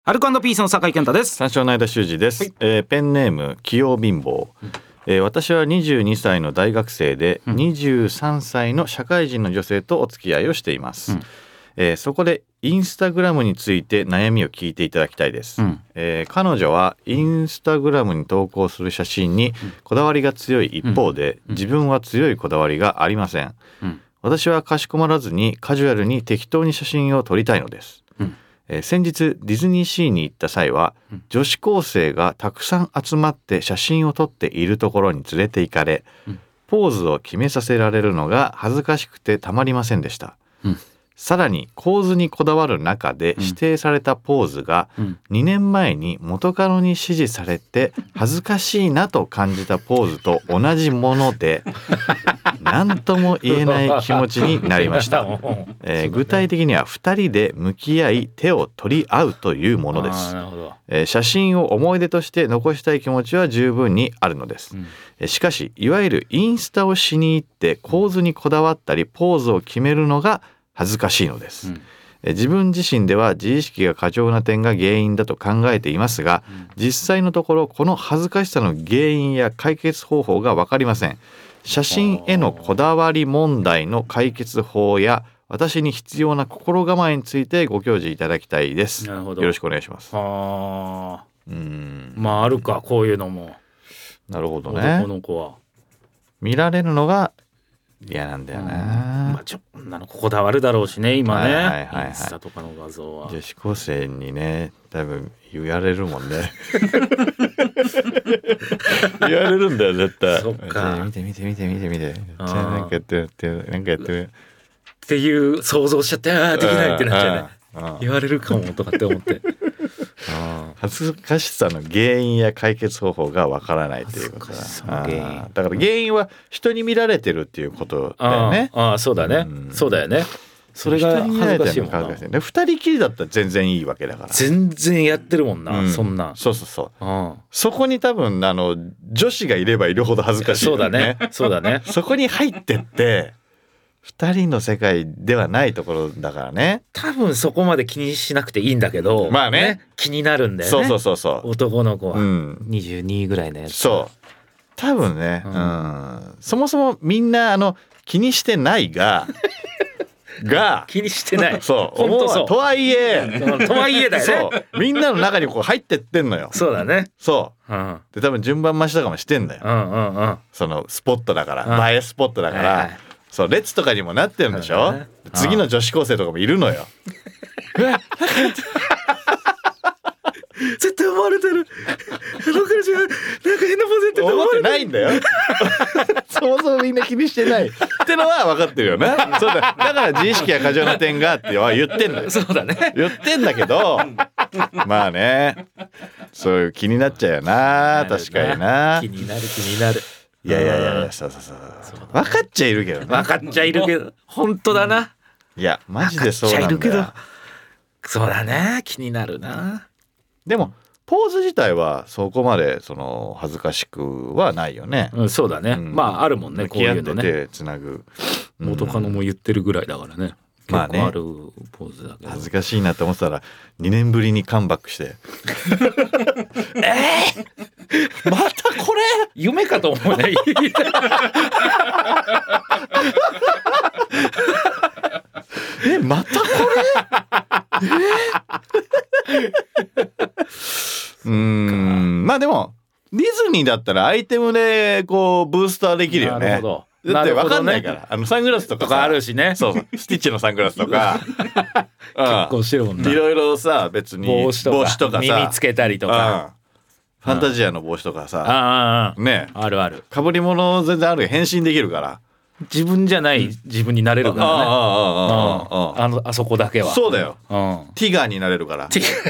アルコ&ピースの酒井健太です。 三照の間修二です、ペンネーム器用貧乏、私は22歳の大学生で、23歳の社会人の女性とお付き合いをしています、そこでインスタグラムについて悩みを聞いていただきたいです、彼女はインスタグラムに投稿する写真にこだわりが強い一方で、自分は強いこだわりがありません、私はかしこまらずにカジュアルに適当に写真を撮りたいのです、先日ディズニーシーに行った際は、女子高生がたくさん集まって写真を撮っているところに連れて行かれ、ポーズを決めさせられるのが恥ずかしくてたまりませんでした、さらに構図にこだわる中で指定されたポーズが2年前に元カノに指示されて恥ずかしいなと感じたポーズと同じもので何とも言えない気持ちになりました、具体的には2人で向き合い手を取り合うというものです、写真を思い出として残したい気持ちは十分にあるのです、しかしいわゆるインスタをしに行って構図にこだわったりポーズを決めるのが恥ずかしいのです、自分自身では自意識が過剰な点が原因だと考えていますが、実際のところこの恥ずかしさの原因や解決方法が分かりません。写真へのこだわり問題の解決法や私に必要な心構えについてご教示いただきたいです。よろしくお願いします。 まああるか、こういうのも。 なるほどね。 男の子は見られるのが嫌なんだよな、 女の子こだわるだろうしね今ね、インスタとかの画像は女子高生にね多分言われるもんね言われるんだよ絶対。 そっか、 見てなんかやってるっていう想像しちゃってできないってなっちゃうね、言われるかもとかって思って恥ずかしさの原因や解決方法がわからないっていうことだ。だから原因は人に見られてるっていうことだよね。 そうだね、そうだよね。それが恥ずかしいもんな。 二人きりだったら全然いいわけだから。 全然やってるもんな、そんな。 そう、そこに多分女子がいればいるほど恥ずかしい、ね、 そうだねそこに入ってって二人の世界ではないところだからね。 多分そこまで気にしなくていいんだけど、まあね、気になるんだよね。そう男の子は、22ぐらいのやつ。 そう多分ね、そもそもみんな気にしてないが気にしてない。 そう本当そう。 とはいえだよね。 そうみんなの中にこう入ってってんのよ。 そうだね。 そう、で多分順番増しとかもしてんだよ、そのスポットだから、映えスポットだから、そう列とかにもなってるんでしょ、次の女子高生とかもいるのよ絶対思われてる。彼女なんか変なポーズって思ってないんだよそもそもみんな気にしてないってのは分かってるよねそうだから自意識や過剰な点があって言ってんだよ。 そうだね、 言ってんだけどまあね、そういう気になっちゃうよな。確かにな、 気になる。 いやそう分かっちゃいるけどね。 分かっちゃいるけど本当だな。 いやマジでそうなんだよ。分かっちゃいるけどそうだね、気になるな。 でもポーズ自体はそこまで恥ずかしくはないよね、 そうだね、まああるもんね、こういうのね。 向き合ってつなぐ、 元カノも言ってるぐらいだからね、結構あるポーズだけど、 恥ずかしいなって思ってたら2年ぶりにカムバックしてまたこれ夢かと思うねまたこれまあでもディズニーだったらアイテムでこうブースターできるよね。 なるほど。 だって分かんないから、サングラスとかあるしね。 そうスティッチのサングラスとか結構してるもんね。 いろいろさ、別に帽子とかさ耳つけたりとか、 ファンタジアの帽子とかさ、ね、 あるかぶり物全然あるよ。変身できるから自分じゃない自分になれるからね。あそこだけはそうだよ、ティガーになれるから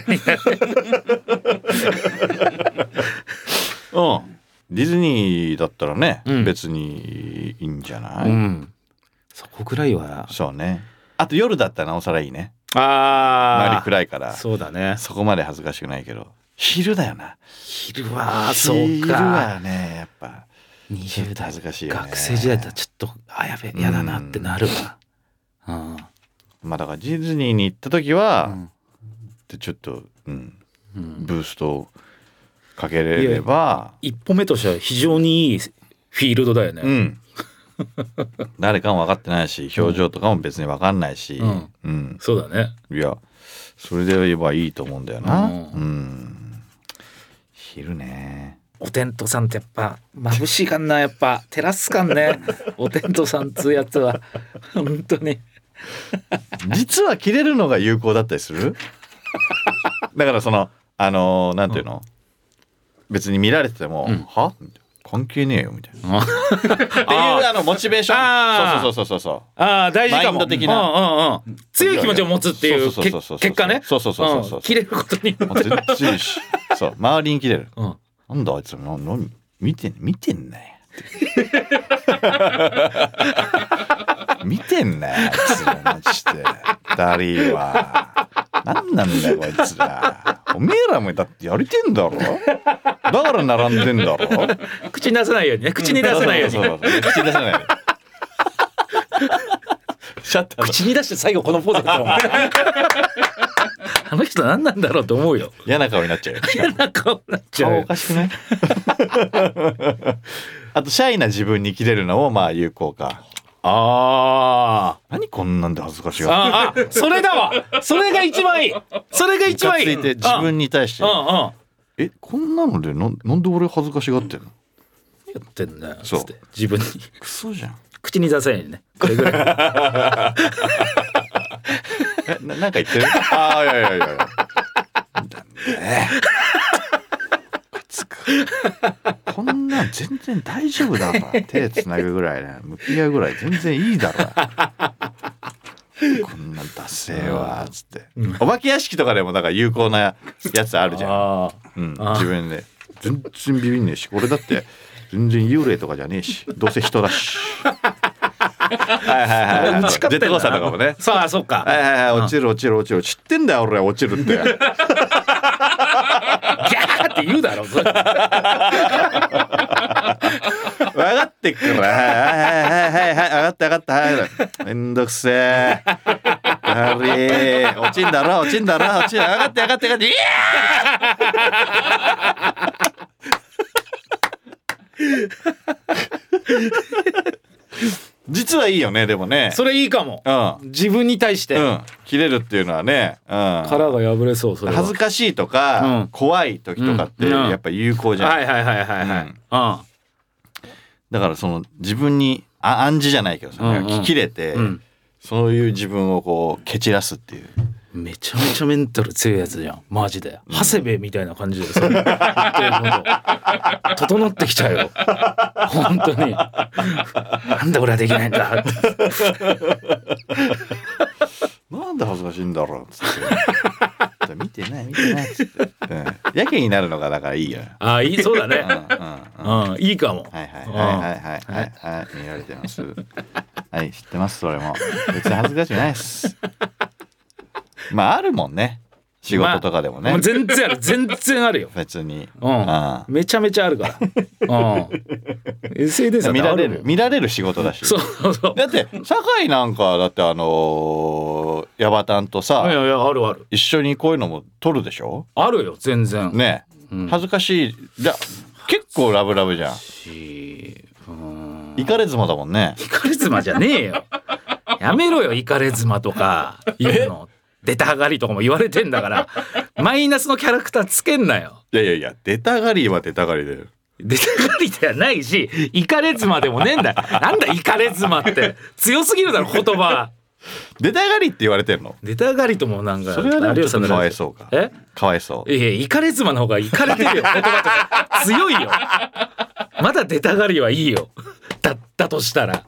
ディズニーだったらね、別にいいんじゃない、 そこくらいは。 そうね。あと夜だったらなおさらいいね。周り暗いから。 そうだね、 そこまで恥ずかしくないけど昼だよな。 昼はそうか。 昼はねやっぱ 20代恥ずかしいよね。 学生時代だったらちょっとやべえやだなってなるわ。 まあだからディズニーに行った時は、ちょっとブーストをかけれれば、 一歩目としては非常にいいフィールドだよね。 誰かも分かってないし表情とかも別に分かんないし、 そうだね。 いやそれで言えばいいと思うんだよな。昼ね。 おテントさんってやっぱ眩しいかんな、やっぱ照らすかんねおテントさんつうやつは本当に実は切れるのが有効だったりするだからそのなんていうの、別に見られてても、は関係ねえよみたいなっていうモチベーション。そう大事かも。マインド的な、 強い気持ちを持つっていう結果ね。切れることに全然いいし、そう周りに切れる。なんだあいつ見てんなよ見てんなよあいつらマジで。二人は何なんだよこいつら。おめえらもだってやりてんだろ。だから並んでんだろ。 口に出さないようにね。口に出さないように。 口に出さないように。 口に出して最後このポーズだったもんあの人何なんだろうと思うよ。 嫌な顔になっちゃうよ。 嫌な顔になっちゃう。 顔おかしくないあとシャイな自分に切れるのもまあ有効か。何こんなんで恥ずかしがって。 それだわ。それが一番いい。それが一番いい。 ムカついて自分に対してこんなのでなんで俺恥ずかしがってんの。 やってんね。 そう自分にクソじゃん。 口に出さないよね。これぐらいなんか言ってる。いやこんなん全然大丈夫だから手つなぐぐらいね、向き合うぐらい全然いいだろこんなんダセーわつって、お化け屋敷とかでもだから有効なやつあるじゃん。自分で全然ビビんねえし、これだって全然幽霊とかじゃねえし、どうせ人だしジェットコースターとかもね。 そっか。 落ちる知ってんだよ俺落ちるってギャーって言うだろ分かってっから上がっためんどくせえ落ちんだろ上がっていや実はいいよね。でもねそれいいかも、自分に対して、 切れるっていうのはね、 殻が破れそう。それ恥ずかしいとか、怖い時とかってやっぱ有効じゃん。だからその自分に暗示じゃないけどさ、切れて、そういう自分をこう蹴散らすっていう。 めちゃめちゃメンタル強いやつじゃんマジで。長谷部みたいな感じでさ整ってきちゃうよ本当に。なんで俺はできないんだなんで恥ずかしいんだろうっつって見てないっつって、やけになるのがだからいいよ。 いいそうだね。いいかも。 はい見られてます。はい知ってます。それも別に恥ずかしくないですまああるもんね仕事とかでもね、 全然あるよ別に、 めちゃめちゃあるからSNS だって見られる仕事だし。そうだって酒井なんかだってヤバタンとさ、 ある一緒にこういうのも撮るでしょ。 あるよ全然ね、恥ずかしい。結構ラブラブじゃん。イカレ妻だもんね。 イカレ妻じゃねえよやめろよイカレ妻とか言うの。出たがりとかも言われてんだからマイナスのキャラクターつけんなよ。 いや出たがりは出たがりだよ。 出たがりではないしイカレ妻でもねえんだ。なんだイカレ妻って強すぎるだろ言葉。 出たがりって言われてんの。 出たがりともなんかそれはちょっとかわいそうか。かわいそう。 イカレ妻の方がイカれてるよ言葉と強いよ。まだ出たがりはいいよだったとしたら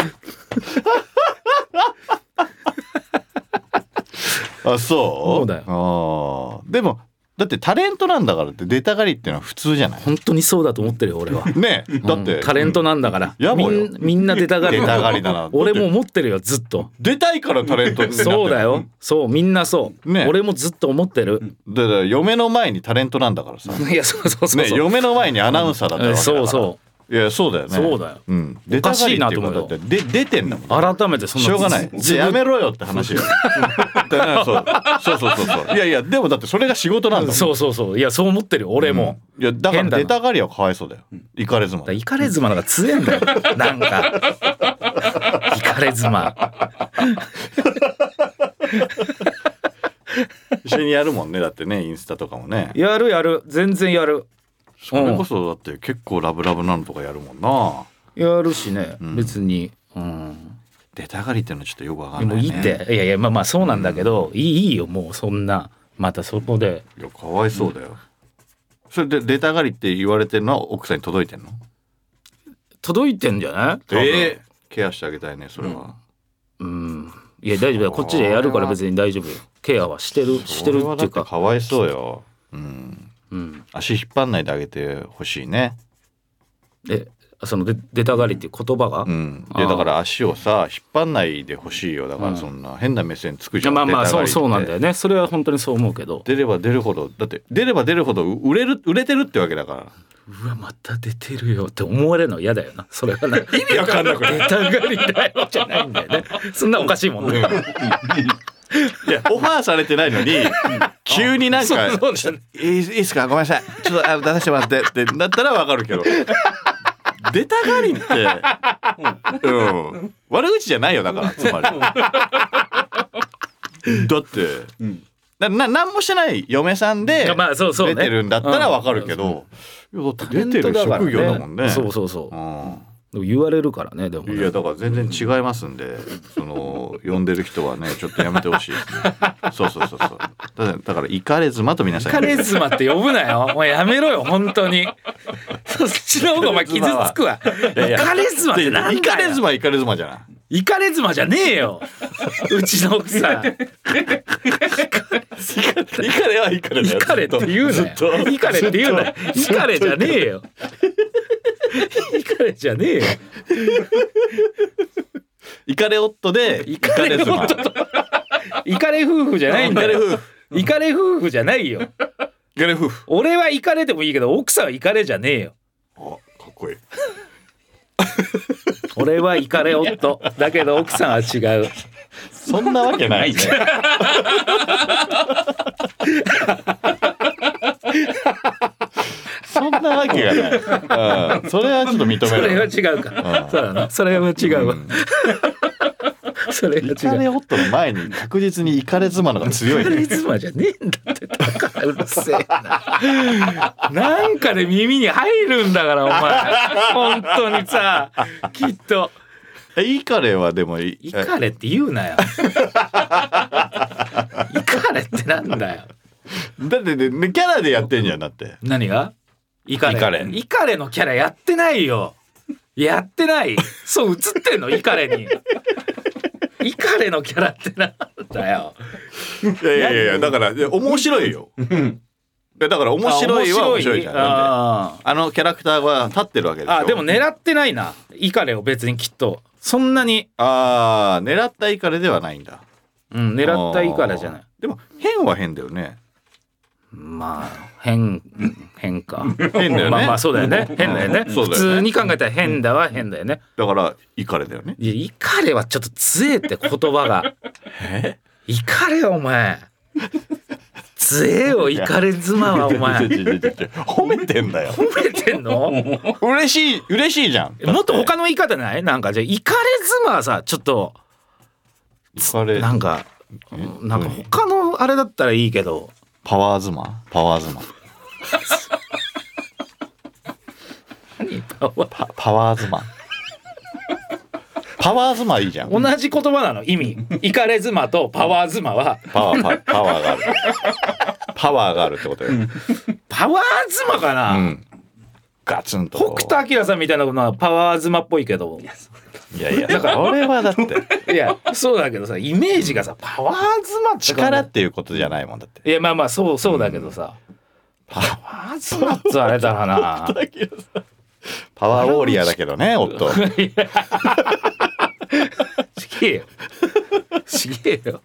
そうだよ。 でもだってタレントなんだからって出たがりっていうのは普通じゃない。 本当にそうだと思ってるよ俺はねだってタレントなんだから、みんな出たがりだな俺も思ってるよずっと。 出たいからタレントってそうだよ。そうみんなそう、俺もずっと思ってる。 だから嫁の前にタレントなんだからさ。 いやそう嫁の前にアナウンサーだったわけだから。 いやそうだよね。 そうだよ、 出たがりっていうことだって出てんだもん。 改めてそんなしょうがない。じゃあやめろよって話よ。そういやでもだってそれが仕事なんだもん。 そういやそう思ってるよ俺も、 いやだから出たがりはかわいそうだよ。イカレ妻。 イカレ妻のが強えんだよなんかイカレ妻一緒にやるもんね。だってねインスタとかもね。 やる全然やる。 それこそだって結構ラブラブなのとかやるもんな。 やるしね、別に、 出たがりってのはちょっとよくわかんないね。 もういいって。いやまあそうなんだけど、いいよもうそんなまたそこで。 いやかわいそうだよ、それで出たがりって言われてるのは奥さんに届いてんの？ 届いてんじゃない？ ケアしてあげたいねそれは。 いや大丈夫だよ、こっちでやるから別に大丈夫よ。ケアはしてるっていうか。 かわいそうよ。足引っ張んないであげてほしいね。 その出たがりっていう言葉が、 でだから足をさ引っ張んないでほしいよ。だからそんな変な目線つくじゃん。 まあそうなんだよね。それは本当にそう思うけど、 出れば出るほど売れてるってわけだから。 うわまた出てるよって思われるの嫌だよな。それはな意味わかんなくない？ 出たがりだよじゃないんだよね。そんなおかしいもんね。 いやオファーされてないのに急になんかそういいですかごめんなさいちょっと出させてもらってってなったらわかるけど出たがりって、悪口じゃないよだからつまりだって何もしてない嫁さんで出てるんだったらわかるけど、出てる職業だもんね。そう言われるからね。でもね、いやだから全然違いますんで、その呼んでる人はねちょっとやめてほしいですね。そうだからイカレ妻と皆さん。 イカレ妻って呼ぶなよ。もうやめろよ本当に。そっちの方がお前傷つくわ。イカレ妻ってなんだよ。 イカレ妻じゃない。 イカレ妻じゃねえよ。うちの奥さん。イカレはイカレだよ。 イカレって言うなよ。イカレって言うなよ。イカレじゃねえよ。イカレじゃねえよ。 イカレ夫でイカレ妻。イカレ夫婦じゃないんだよ。イカレ夫婦じゃないよ。 イカレ夫婦。 俺はイカレでもいいけど奥さんはイカレじゃねえよ。 あ、かっこいい。 俺はイカレ夫だけど奥さんは違う。 そんなわけないね。そんなわけがない。それはちょっと認める。 それは違うか。そうだな。それは違うわ。それが違う。 イカレ夫の前に確実にイカレ妻のが強い。 イカレ妻じゃねえんだって。だからうるせえな。なんかで耳に入るんだからお前。本当にさ、きっと。 イカレはでもイカレって言うなよ。イカレってなんだよ。 だってねキャラでやってんじゃんだって。 何が？イカレのキャラやってないよ。やってない。そう映ってんのイカレに。イカレのキャラってなんだよ。 いやだから面白いよ。だから面白いは面白いじゃん。あのキャラクターは立ってるわけでしょ。 でも狙ってないなイカレを別にきっとそんなに。 狙ったイカレではないんだ。 狙ったイカレじゃない。 でも変は変だよね。 まあ変か。 変だよね。 まあそうだよね。変だよね。普通に考えたら変だは変だよね。 だからイカレだよね。 いやイカレはちょっと強えって言葉が。イカレお前。強えよイカレ妻はお前。 褒めてんだよ。 褒めてんの？ 嬉しいじゃん。 もっと他の言い方ない？なんかじゃあイカレ妻はさちょっとなんか他のあれだったらいいけど。 パワー妻。 何パワー妻。パワー妻いいじゃん。 同じ言葉なの意味。イカレ妻とパワー妻はパワーがある。パワーがあるってことよ。 パワー妻かな。 ガツンと。 北斗晶さんみたいなのはパワー妻っぽいけど。 いやだから俺はだって。 いやそうだけどさイメージがさパワー妻って力っていうことじゃないもんだって。 いやまあそうだけどさ、パワー妻って言われたらな。 パワーウォーリアーだけどね夫。 ちげえよ。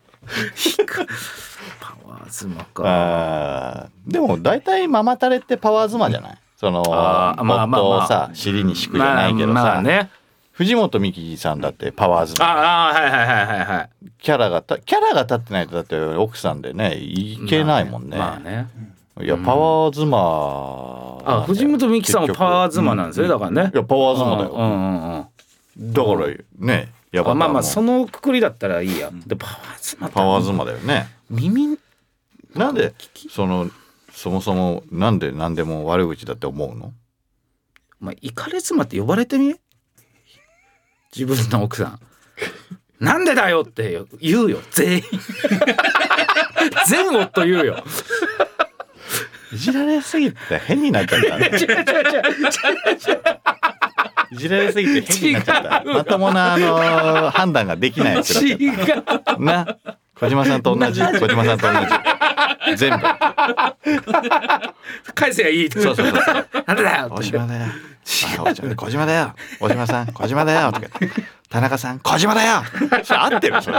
パワー妻か。 でも大体ママタレってパワー妻じゃない？ その元をさ尻に敷くじゃないけどさ、 ね、 藤本美貴さんだってパワー妻。 はいはい。 キャラが立ってないとだって奥さんでねいけないもんね。 まあね。 いやパワー妻。 藤本美貴さんもパワー妻なんですよ、だからね。 いやパワー妻だよ。だからね。 まあそのくくりだったらいいや。でパワー妻だよね。 耳なんでそもそもなんで何でも悪口だって思うの？ イカレ妻って呼ばれてみ？自分の奥さんなんでだよって言うよ全員全夫言うよ。 いじられすぎて変になっちゃったね。いじられすぎて変になっちゃった。まともな判断ができないやつだったな。小島さんと同じ全部返せばいい。そうなんでだよ小島だよ小島だよ小島さん小島だよとか田中さん小島だよ。それ合ってるそれ。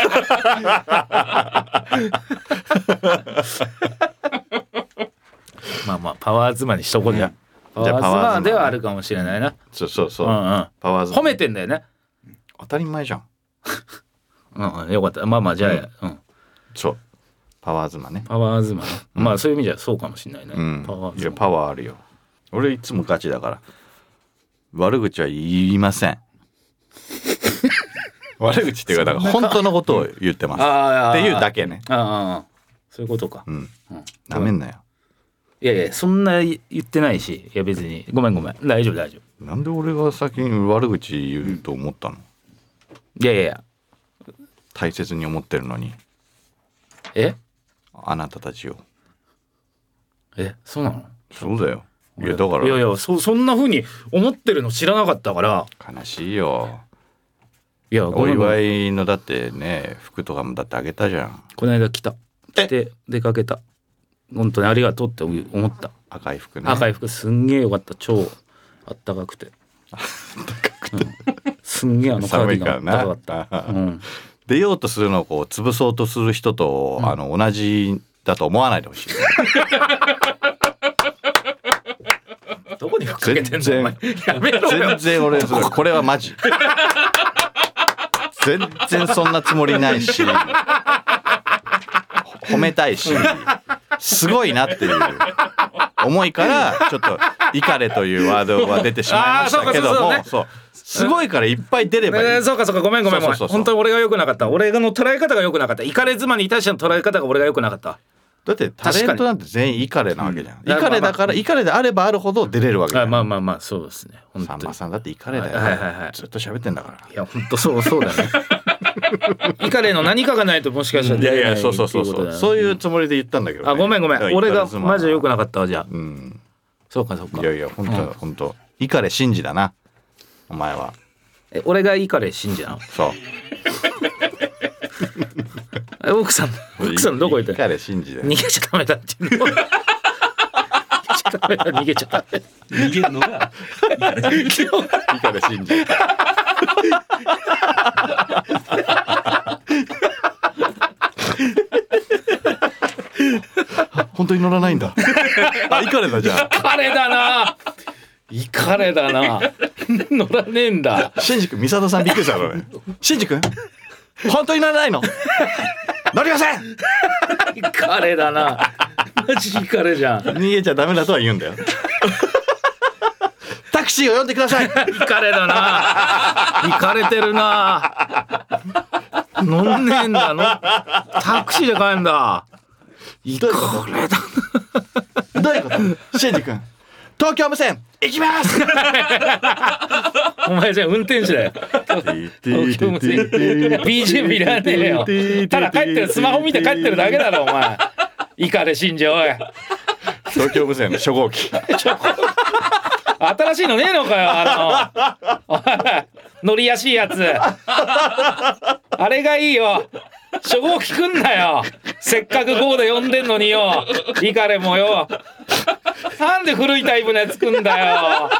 まあパワー妻にしとこうじゃ。パワー妻ではあるかもしれないな。 そう、パワー妻褒めてんだよね。 当たり前じゃん。 よかった。まあじゃあ、 そうパワー妻ね。 パワー妻ね。まあそういう意味じゃそうかもしれないね。 いやパワーあるよ。俺いつもガチだから悪口は言いません。悪口っていうかだから本当のことを言ってますっていうだけね。 そういうことか。 なめんなよ。 いやそんな言ってないし、いや別にごめん大丈夫。 なんで俺が先に悪口言うと思ったの？ いや大切に思ってるのに。あなたたちを。 そうなの？ そうだよ。いやだからいやそんな風に思ってるの知らなかったから。 悲しいよ。 いやお祝いのだってね服とかもだってあげたじゃん。 この間来て出かけた。本当にありがとうって思った。 赤い服ね。 赤い服すんげえよかった。超あったかくて。すんげえカーディガンあったかかった。 出ようとするのをこう潰そうとする人と、同じだと思わないでほしい。 どこに服かけてんのお前。やめろよ。 全然俺これはマジ。全然そんなつもりないし褒めたいしすごいなっていう思いからちょっとイカレというワードは出てしまいましたけども、すごいからいっぱい出ればいい。 そうかごめん本当に俺が良くなかった。俺の捉え方が良くなかった。イカレ妻に対しての捉え方が俺が良くなかった。だってタレントなんて全員イカレなわけじゃん。イカレだからイカレであればあるほど出れるわけじゃん。 まあそうですね。 さんまさんだってイカレだよ。ずっと喋ってんだから。 いや本当そうだね。イカレの何かがないともしかしたら出れない。 そういうつもりで言ったんだけど。 ごめん。俺がマジで良くなかったわじゃあ。そうか。 いや本当イカレ信じだな。お前は。 俺がイカレ信じなの？ そう。 奥さんどこ行った？ イカレ信じだよ。 逃げちゃダメだっていうの。逃げちゃダメ。 逃げるのがイカレ信じ。本当に乗らないんだ。イカレだじゃあ。 イカレだな。乗らねえんだ。 シンジ君、美里さんびっくりしたろうね。シンジ君、本当に乗らないの？乗りません。 イカレだな。マジイカレじゃん。 逃げちゃダメだとは言うんだよ。タクシーを呼んでください。 イカレだな。イカれてるな。乗んねえんだの。タクシーで帰んだ。イカレだな。 どういうこと？シンジ君、東京無線行きます。 お前じゃあ運転手だよ。BGM いらねえよ。ただ帰ってるスマホ見て帰ってるだけだろお前。イカレ信じおい。 東京無線の初号機。 新しいのねえのかよ。乗りやすいやつ。あれがいいよ。初号機くんなよ。せっかく GO で呼んでんのによ。イカレもよ。なんで古いタイプのやつくんだよ。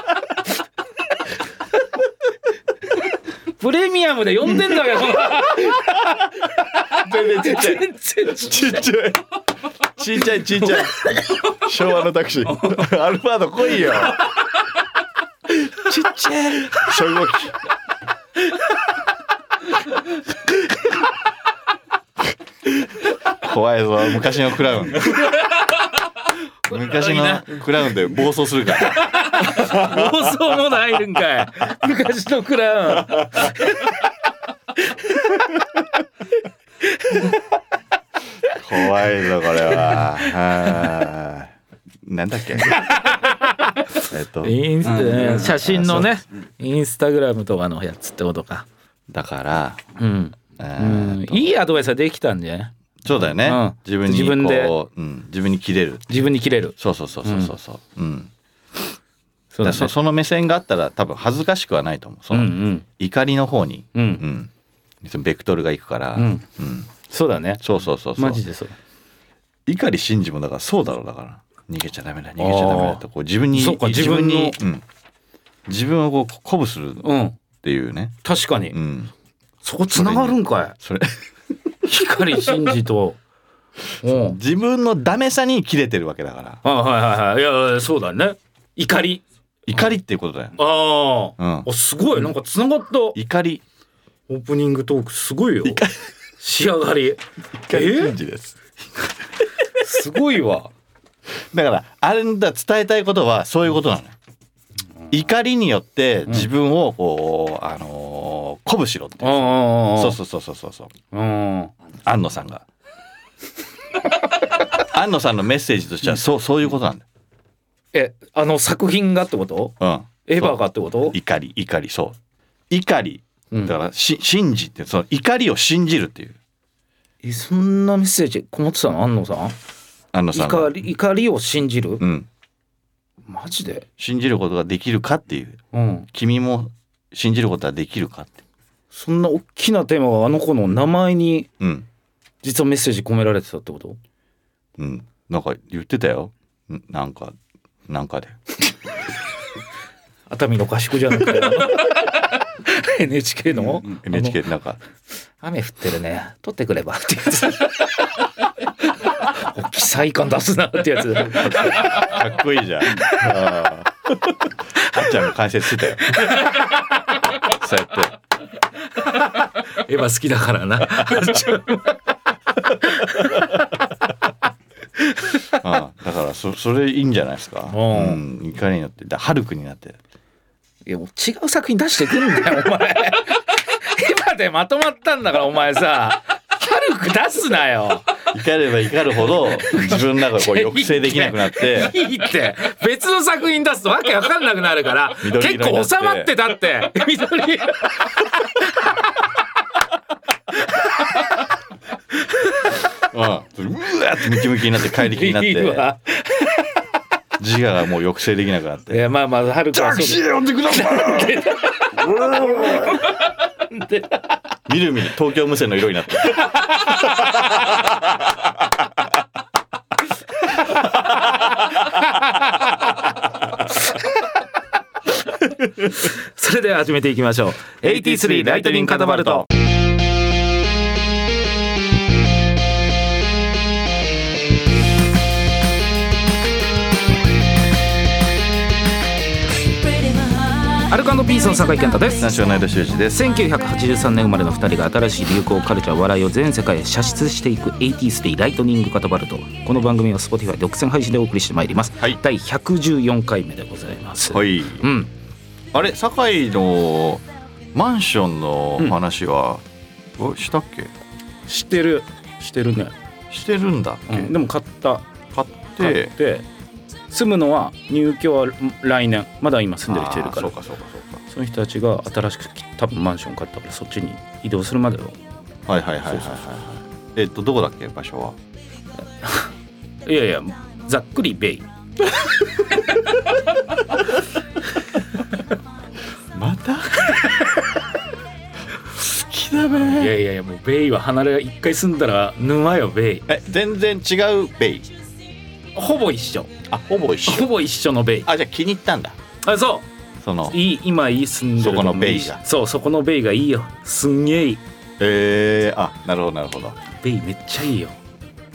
プレミアムで呼んでんだよ。 全然ちっちゃい。ちっちゃい。 昭和のタクシーアルファード来いよ。ちっちゃい初号機。怖いぞ昔のクラウン。昔のクラウンで暴走するから。 暴走も入るんかい。昔のクラウン。 怖いぞこれは。なんだっけ。 インスタ写真のね、インスタグラムとかのやつってことか。 だから、 いいアドバイスはできたんじゃない。 そうだよね、自分にこう、自分に切れる。 自分に切れる。 そう、そうだね、その目線があったら多分恥ずかしくはないと思う。その、怒りの方に、ベクトルがいくから、 そうだね。 そうマジでそう。 碇シンジもだからそうだろう。だから逃げちゃダメだとこう自分にそうか、自分をこう鼓舞するっていうね、 確かに、そこつながるんかい。それ碇シンジと自分のダメさに切れてるわけだから。 いやそうだね。怒りっていうことだよ。 すごいなんかつながった。 怒りオープニングトークすごいよ。仕上がり。 碇シンジです。 すごいわ。 だからあれだ、伝えたいことはそういうことなのよ。怒りによって自分をこう鼓舞しろっていう。そう安野さんが安野さんのメッセージとしてはそういうことなんだよ。 作品がってこと？エヴァがってこと？ 怒りそう怒りだから信じってその怒りを信じるっていう。 そんなメッセージこもってたの？安野さん怒りを信じる？マジで信じることができるかっていう、君も信じることはできるかって。 そんな大きなテーマがあの子の名前に実はメッセージ込められてたってこと？ なんか言ってたよ。なんかで熱海の合宿じゃなくてNHK の、 NHK なんか雨降ってるね撮ってくればってやつ記載感出すなってやつかっこいいじゃん。あっちゃんも解説してたよ。そうやってエヴァ好きだからな。 だからそれいいんじゃないですか。怒りになってハルクになって。 いやもう違う作品出してくんだよお前。エヴァでまとまったんだからお前さ、ハルク出すなよ。 怒れば怒るほど自分の中でこう抑制できなくなっていいって別の作品出すとわけわかんなくなるから結構収まってたって緑うわってムキムキになって怪力になって自我がもう抑制できなくなって。 いやまあハルクはそうタクシー呼んでくださいみるみる東京無線の色になってそれでは始めていきましょう。83ライトニングカタパルト。アルコ&ピースの酒井健太です。 男子は内田修司です。 1983年生まれの2人が新しい流行カルチャー笑いを全世界へ射出していく83ライトニングカタパルト。この番組は Spotify 独占配信でお送りしてまいります、第114回目でございます。 あれ酒井のマンションの話は、したっけ？ してるね。 してるんだっけ？ でも買って住むのは入居は来年。まだ今住んでる人いるから。その人たちが新しく多分マンション買ったからそっちに移動するまでの。 どこだっけ場所は？ いやざっくりベイ。 また好きだね。 いやもうベイは離れ一回住んだら沼よベイ。 全然違うベイ。 ほぼ一緒。 ほぼ一緒のベイ。 じゃあ気に入ったんだ。 そう今住んでるそこのベイが。 そこのベイがいいよ。すんげえいい。 なるほどベイめっちゃいいよ。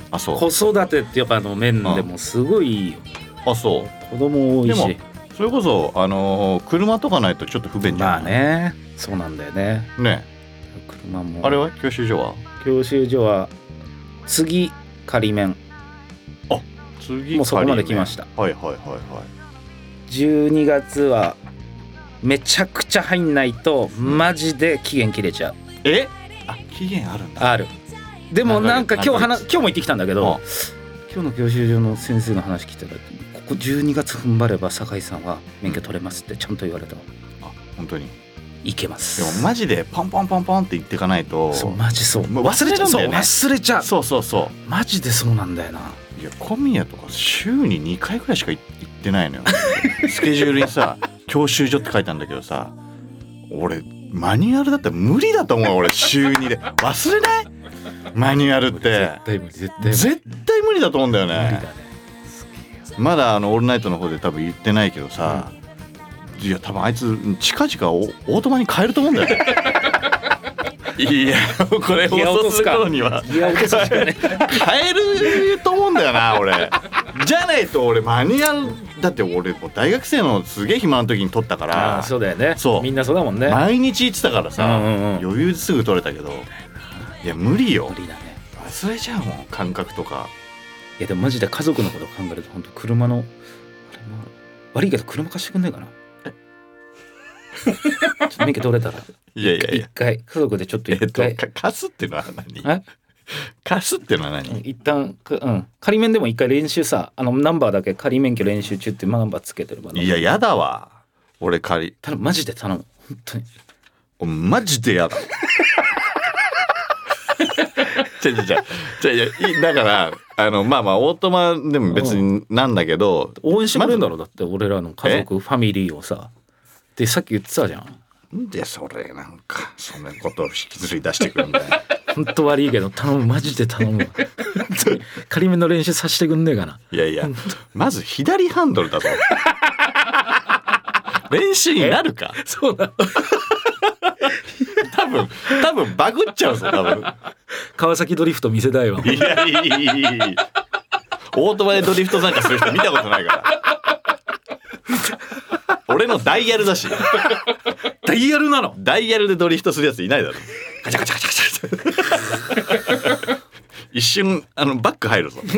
あ、そう。 子育てってやっぱ面でもすごいいいよ。 あ、そう。 子供多いでもし。 それこそ車とかないとちょっと不便じゃん。 まあね、そうなんだよね。 ね。 車も。 あれは教習所は？ 教習所は次仮免。 あ、次もうそこまで来ました。 はいはいはいはい。 12月はめちゃくちゃ入んないとマジで期限切れちゃう。 あ、期限あるんだ。 ある。でもなんか今日も行ってきたんだけど、 あ、 今日の教習所の先生の話聞いたら、ここ12月踏ん張れば酒井さんは免許取れますってちゃんと言われた。 あ、本当に。 いけます。 でもマジでポンポンポンポンって言っていかないと。 そう、マジそう。 もう忘れちゃうんだよね。 忘れちゃう。 そうそうそう。 マジでそうなんだよな。 いや、小宮とか週に2回くらいしか行ってないのよ。スケジュールにさ教習所って書いたんだけどさ、俺マニュアルだったら無理だと思う。俺週2で忘れない？マニュアルって絶対無理、 絶対無理だと思うんだよね。 無理だね。 まだオールナイトの方で多分言ってないけどさ、いや多分あいつ近々オートマに変えると思うんだよね。いや、これ放送する頃には変えると思うんだよな俺。じゃないと俺マニュアルだって、俺もう大学生のすげえ暇の時に撮ったから。 そうだよね。 そう、 みんなそうだもんね。 毎日行ってたからさ、余裕ですぐ撮れたけど、いや無理よ。 無理だね。 忘れちゃうもん、感覚とか。 いやでもマジで家族のことを考えると本当車の悪いけど車貸してくんないかな。ちょっと免許取れたらいや一回家族でちょっと一回、 貸すっていうのは何？貸すっていうのは何？ 一旦仮免でも一回練習さ、ナンバーだけ仮免許練習中ってナンバーつけてれば。 いややだわ俺仮。 マジで頼む本当に。 マジでやだ。だからまあまあオートマでも別になんだけど、 応援してくれるんだろう。だって俺らの家族ファミリーをさ、でさっき言ってたじゃん。 でそれなんかそんなことを引きずり出してくるんだよ。 本当悪いけど頼む、マジで頼む。仮免の練習させてくんねえかな。 いやいや、まず左ハンドルだぞ。練習になるか。 そうだ。 多分バグっちゃうぞ多分。 川崎ドリフト見せたいわ。 いやいいオートマでドリフトなんかする人見たことないから。俺のダイヤルだし。 ダイヤルなの？ ダイヤルでドリフトするやついないだろ。ガチャガチャガチャガチャ。一瞬バック入るぞ。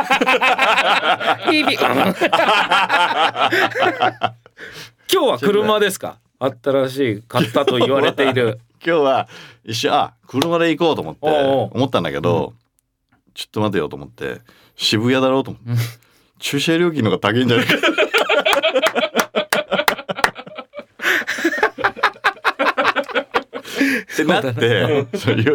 今日は車ですか？新しい買ったと言われている。 今日は一瞬車で行こうと思って思ったんだけど、ちょっと待てよと思って渋谷だろうと思って、駐車料金の方が高いんじゃないか。ってなって、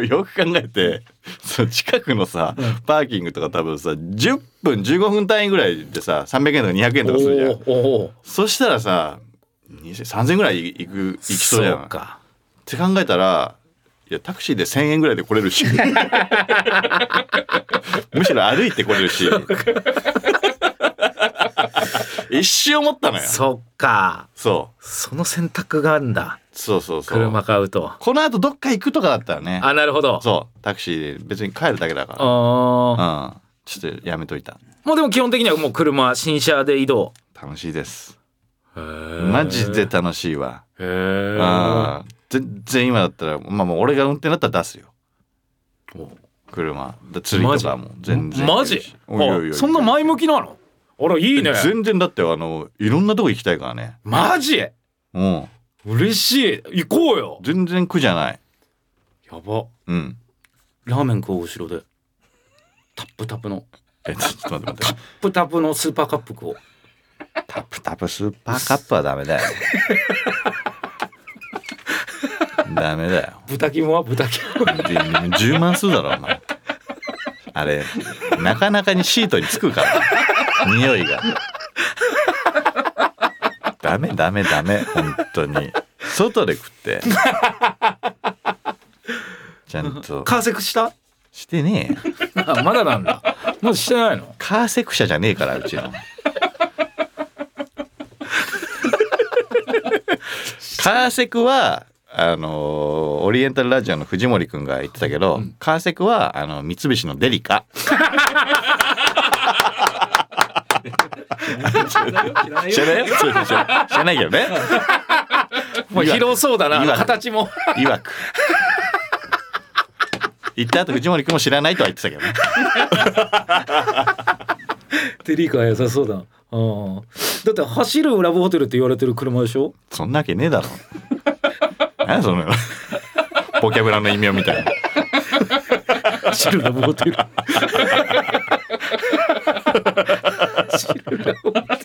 よく考えて、その近くのさ、パーキングとか多分さ10分15分単位ぐらいでさ300円とか200円とかするじゃん。そしたらさ3000円ぐらい行きそうじゃん。って考えたら、いやタクシーで1000円ぐらいで来れるしむしろ歩いて来れるし。一瞬思ったのよ。 そっか。 その選択があるんだ。 そう車買うとこの後どっか行くとかだったらね。 なるほど。 そうタクシーで別に帰るだけだから。ちょっとやめといた。 もうでも基本的にはもう車新車で移動。 楽しいです。マジで楽しいわ。全然今だったらもう俺が運転だったら出すよ。車釣りとかも全然。 マジ？そんな前向きなの？あらいいね。 全然だっていろんなとこ行きたいからね。 マジ？嬉しい。行こうよ。 全然苦じゃない。 やば。ラーメン食おう後ろで。タップタプの。 ちょっと待って。 タップタプのスーパーカップ食おう。 タップタプスーパーカップはダメだよ。ダメだよ。 豚キモは豚キモ。 10万数だろお前。あれなかなかにシートにつくから匂いが。ダメ本当に。外で食ってちゃんと。 カーセクしてねえよ。 まだなんだ。まだしてないの？ カーセク車じゃねえからうちの。カーセクはオリエンタルラジオの藤森くんが言ってたけど、カーセクは三菱のデリカ。 知らないよ知らないよ知らないけどね。 もう広そうだな、 いわく形もいわく言った後藤森くんも知らないとは言ってたけどね。 テリーカー良さそうだな。だって走るラブホテルって言われてる車でしょ。 そんなわけねえだろ。何そのボキャブラの意味をみたいな。 走るラブホテル走るラブホテ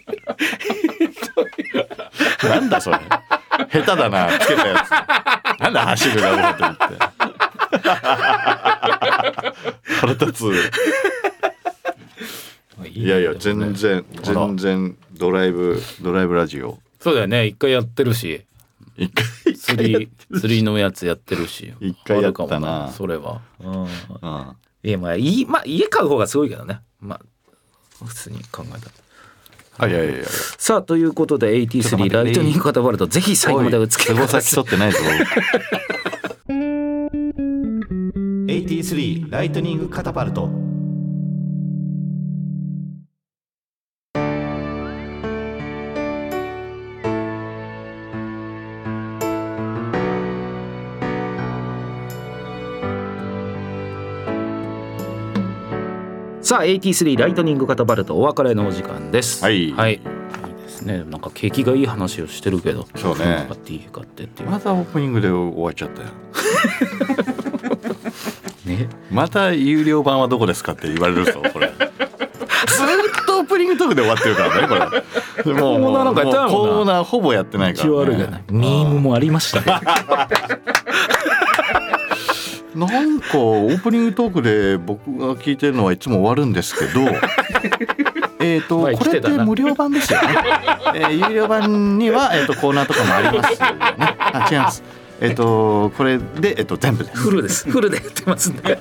ルなんだそれ。下手だなつけたやつ。なんだ走るラブホテルって。腹立つ。いやいや全然ドライブラジオ。 そうだよね、一回やってるし、 一回釣りのやつやってるし、 一回やったなそれは。 うん、 まあ家買う方がすごいけどね、まあ普通に考えたら。 いやさあということで83ライトニングカタパルト、ぜひ最後までお付き合いください。 先取ってないぞ。83ライトニングカタパルト。 さあ83ライトニングカタパルトお別れのお時間です。 はい、 いいですね。なんか景気がいい話をしてるけど、 そうね、 買っていい買ってっていう。 またオープニングで終わっちゃったよ。 ね、 また有料版はどこですかって言われるぞこれ。ずっとオープニングトークで終わってるからねこれ。もうコーナーなんかやったのもんな。 コーナーほぼやってないから、ね。 悪いじゃない。ミームもありましたね。 なんかオープニングトークで僕が聞いてるのはいつも終わるんですけどこれって無料版ですよね。有料版には、コーナーとかもありますよね。違います。これで、全部です。 フルです。フルでやってますんで。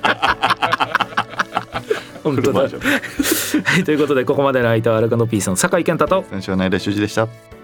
本当だ。はい、ということでここまでの相手はアルカノピーさん酒井健太と先週は内田修司でした。